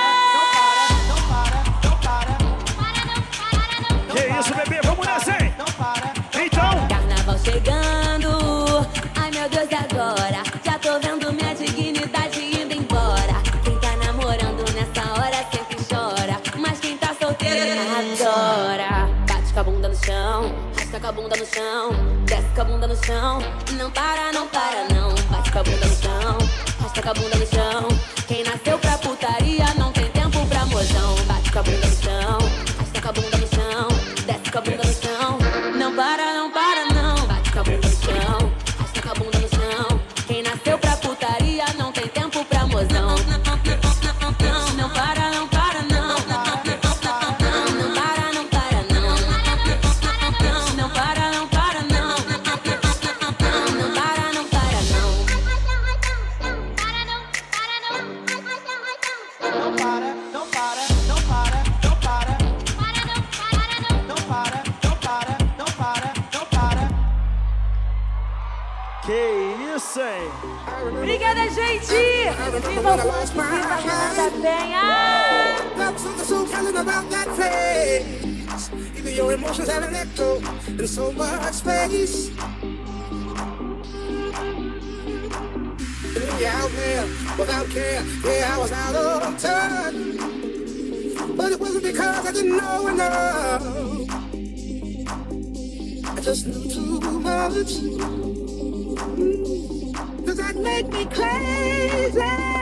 Que isso, bebê? Vamos nessa, hein? Então. Carnaval chegando, ai meu Deus, e agora? Já tô vendo minha dignidade indo embora. Quem tá namorando nessa hora sempre chora, mas quem tá solteiro adora. Bate com a bunda no chão, arrasta com a bunda no chão, desce com a bunda no chão, não para, não para não. Bate com a bunda no chão, arrasta com a bunda no chão, quem nasceu pra putaria não tem tempo pra mozão. Bate com a bunda no chão, arrasta com a bunda no chão, desce com a bunda no chão, não para, não para não. Bate com a bunda no chão, arrasta com a bunda no chão, quem nasceu pra putaria não tem tempo pra mozão. Não para, não para não, não para, não para não, não para, não para não, não para, não para não. Que isso, hein? Obrigada, gente! Viva o funk, viva a Renata Penha! Something so telling about that place. Even your emotions have an echo in so much space. Yeah, out there without care. Yeah, I was out of touch, but it wasn't because I didn't know enough. I just knew too much. Does that make me crazy?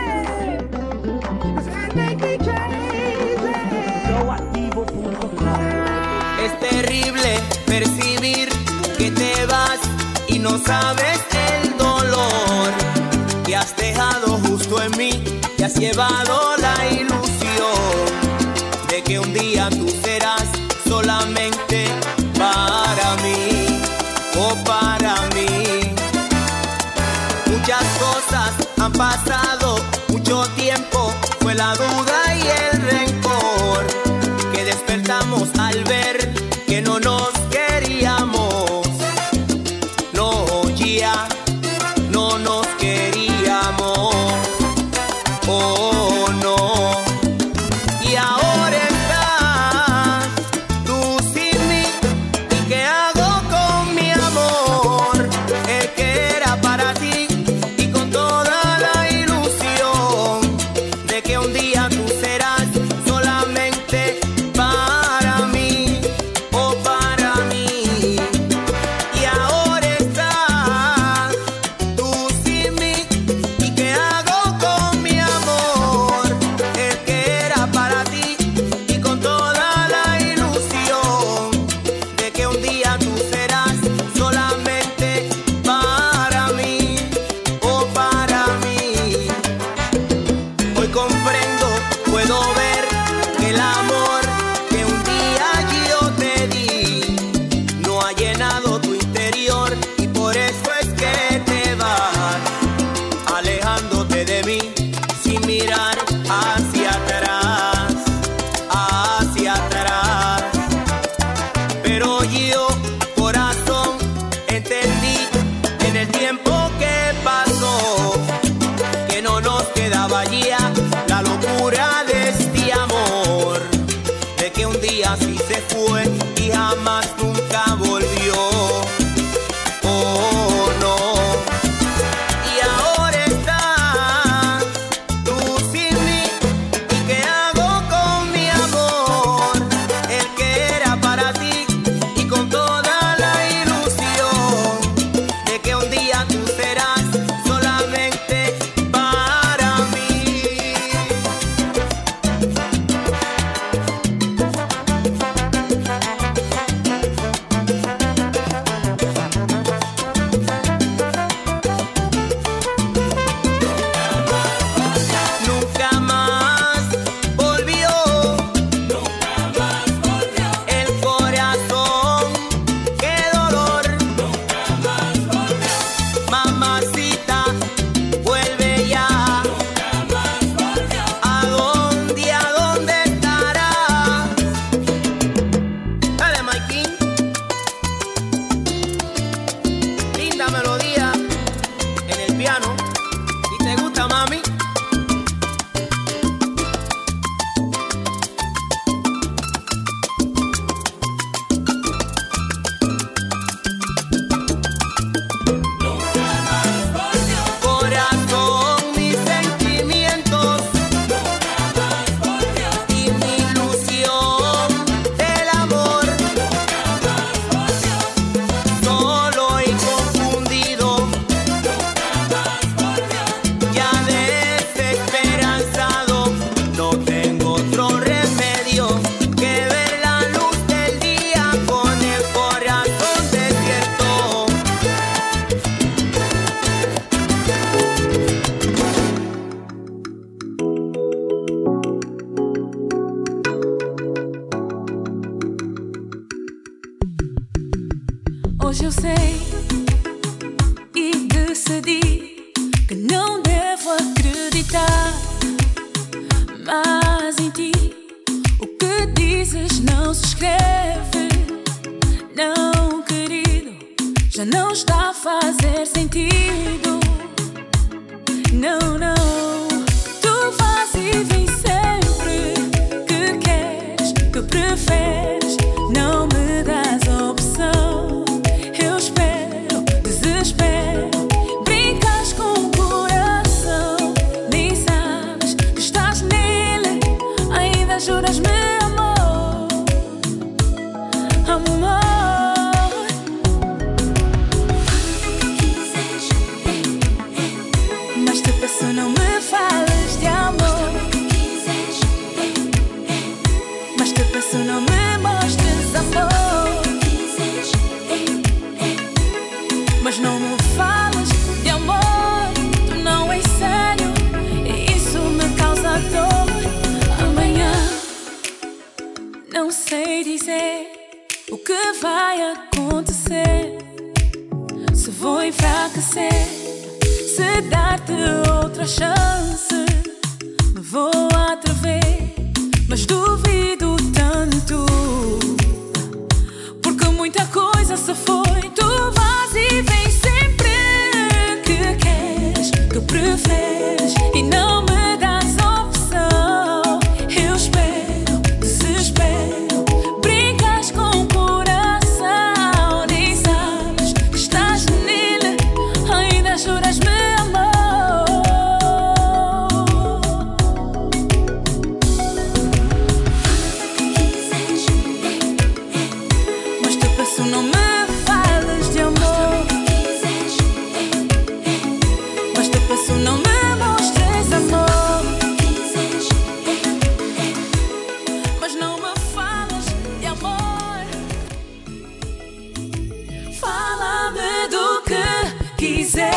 Does that make me crazy? Es terrible percibir que te vas y no sabes el dolor que has dejado justo en mí, que has llevado la ilusión de que un día tú serás solamente para mí, o para mí. Muchas cosas han pasado, mucho tiempo, fue la duda y el rencor que despertamos al ver que no nos queríamos. No, ya no nos queríamos. Oh, no. Y ahora estás tú sin mí. ¿Y qué hago con mi amor? El que era para ti. Y con toda la ilusión de que un día tú serás solamente para mí, o para mí. Y ahora estás tú sin mí. ¿Y qué hago con mi amor? El que era para ti. Y con toda la ilusión de que un día tú serás solamente para mí, o para mí. Hoy comprendo, puedo ver que el amor que un día yo te di no ha llenado tu interior, y por eso es que te vas alejándote de mí sin mirar hacia atrás, hacia atrás. Pero yo, corazón, entendí en el tiempo que pasó que no nos quedaba ya la locura de este amor, de que un día sí se fue y jamás nunca volvió. Hoje eu sei e decidi que não devo acreditar mais em ti. O que dizes não se escreve. Não, querido, já não está a fazer sentido. Não, não, tu fazes e vens sempre que queres, que preferes. Não me das opção. Eu espero, desespero. Brincas com o coração. Nem sabes que estás nele. Ainda juras-me amor, amor. Mas te peço, não me fales de amor. Mas te peço, não me mostres amor. Mas não me falas de amor. Tu não és sério e isso me causa dor. Amanhã não sei dizer o que vai acontecer. Se vou enfraquecer, se dar-te outra chance, me vou atrever, mas duvido tanto, porque muita coisa se foi. Tu vais e vens sempre que queres, que preferes, e não me das opção. Eu espero, desespero. Brincas com o coração. Nem sabes que estás nele. Ainda juras-me amor. Mas te peço, não me fales de amor. Mas te peço, não me mostres amor. Mas não me falas de amor. Fala-me do que quiseres.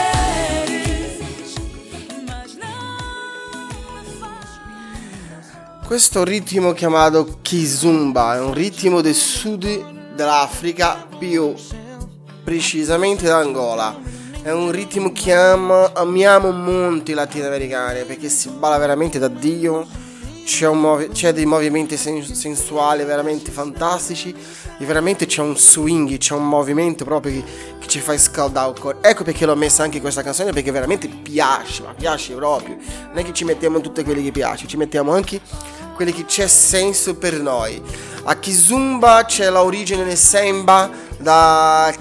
Mas não me fales. Questo ritmo chiamato Kizomba è un ritmo del sud dell'Africa, più precisamente d'Angola. È un ritmo che amiamo molto i latinoamericani perché si balla veramente da Dio. C'è dei movimenti sensuali veramente fantastici e veramente c'è un swing, c'è un movimento proprio che ci fa scaldare il cuore. Ecco perché l'ho messa anche questa canzone, perché veramente piace, ma piace proprio. Non è che ci mettiamo tutte quelle che piace, ci mettiamo anche quelli che c'è senso per noi. A Kizomba c'è l'origine del samba da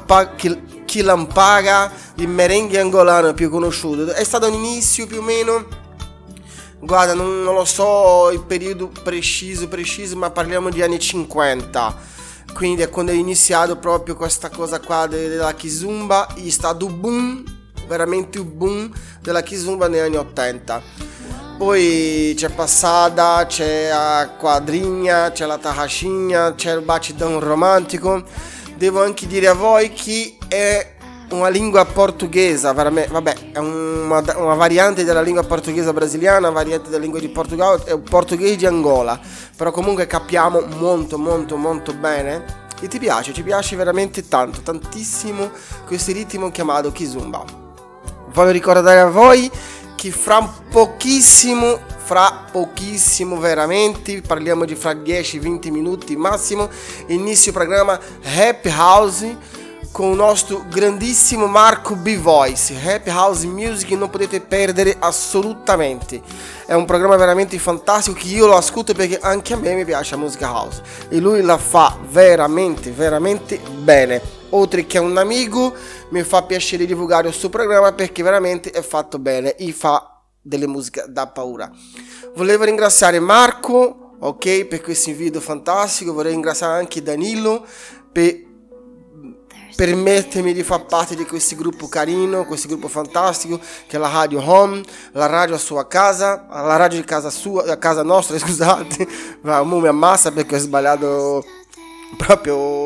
Chilampaga, il merengue angolano più conosciuto. È stato un inizio più o meno, guarda, non lo so il periodo preciso, ma parliamo di anni 50. Quindi è quando è iniziato proprio questa cosa qua della Kizomba. È stato un boom, veramente un boom della Kizomba negli anni 80. Poi c'è Passada, c'è a Quadrinha, c'è la Tarraxinha, c'è il Batidão romantico. Devo anche dire a voi che è una lingua portoghese, vabbè, è una variante della lingua portoghese brasiliana, una variante della lingua di Portogallo, è un portoghese di Angola, però comunque capiamo molto molto molto bene. E ci piace veramente tanto, tantissimo questo ritmo chiamato Kizomba. Voglio ricordare a voi che fra pochissimo veramente, parliamo di fra 10-20 minuti massimo, inizio il programma Happy House con il nostro grandissimo Marco B-Voice. Happy House Music non potete perdere assolutamente, è un programma veramente fantastico che io lo ascolto perché anche a me mi piace la musica house e lui la fa veramente veramente bene. Oltre che un amico, mi fa piacere divulgare il suo programma perché veramente è fatto bene e fa delle musiche da paura. Volevo ringraziare Marco, ok, per questo video fantastico. Vorrei ringraziare anche Danilo per permettermi di far parte di questo gruppo carino, questo gruppo fantastico che è la Radio Home, la radio a sua casa, la radio di casa sua, a casa nostra, scusate, ma mi ammassa perché ho sbagliato proprio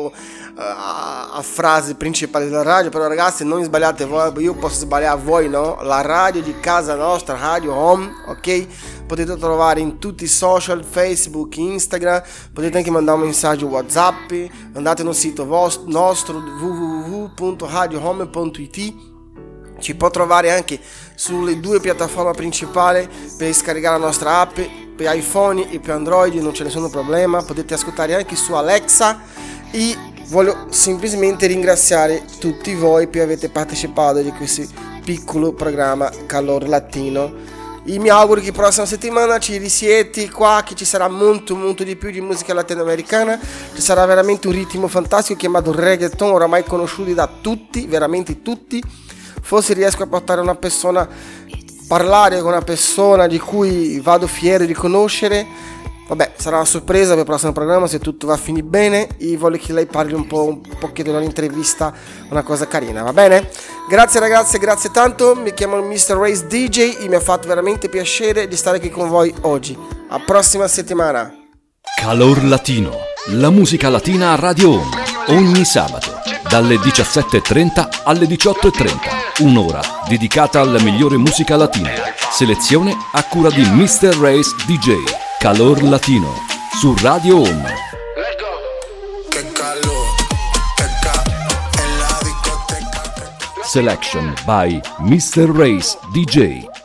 a frase principale della radio, però ragazzi non sbagliate voi, io posso sbagliare voi, no? La radio di casa nostra, Radio Home, ok? Potete trovare in tutti i social, Facebook, Instagram, potete anche mandare un messaggio WhatsApp, andate nel sito nostro www.radiohome.it. Ci può trovare anche sulle 2 piattaforme principali per scaricare la nostra app, per iPhone e per Android, non c'è nessun problema, potete ascoltare anche su Alexa. E voglio semplicemente ringraziare tutti voi per aver partecipato di questo piccolo programma Calor Latino. E mi auguro che la prossima settimana ci risiete qua, che ci sarà molto di più di musica latinoamericana, ci sarà veramente un ritmo fantastico chiamato reggaeton, oramai conosciuto da tutti, veramente tutti. Forse riesco a portare una persona, parlare con una persona di cui vado fiero di conoscere. Vabbè, sarà una sorpresa per il prossimo programma se tutto va a finire bene, e voglio che lei parli un pochettino dell'intervista, una cosa carina, va bene? Grazie ragazzi, grazie tanto, mi chiamo Mr. Race DJ e mi ha fatto veramente piacere di stare qui con voi oggi. A prossima settimana. Calor Latino, la musica latina a Radio Home, ogni sabato dalle 17.30 alle 18.30, un'ora dedicata alla migliore musica latina. Selezione a cura di Mr. Race DJ. Calor Latino su Radio Home. Selection by Mr. Race DJ.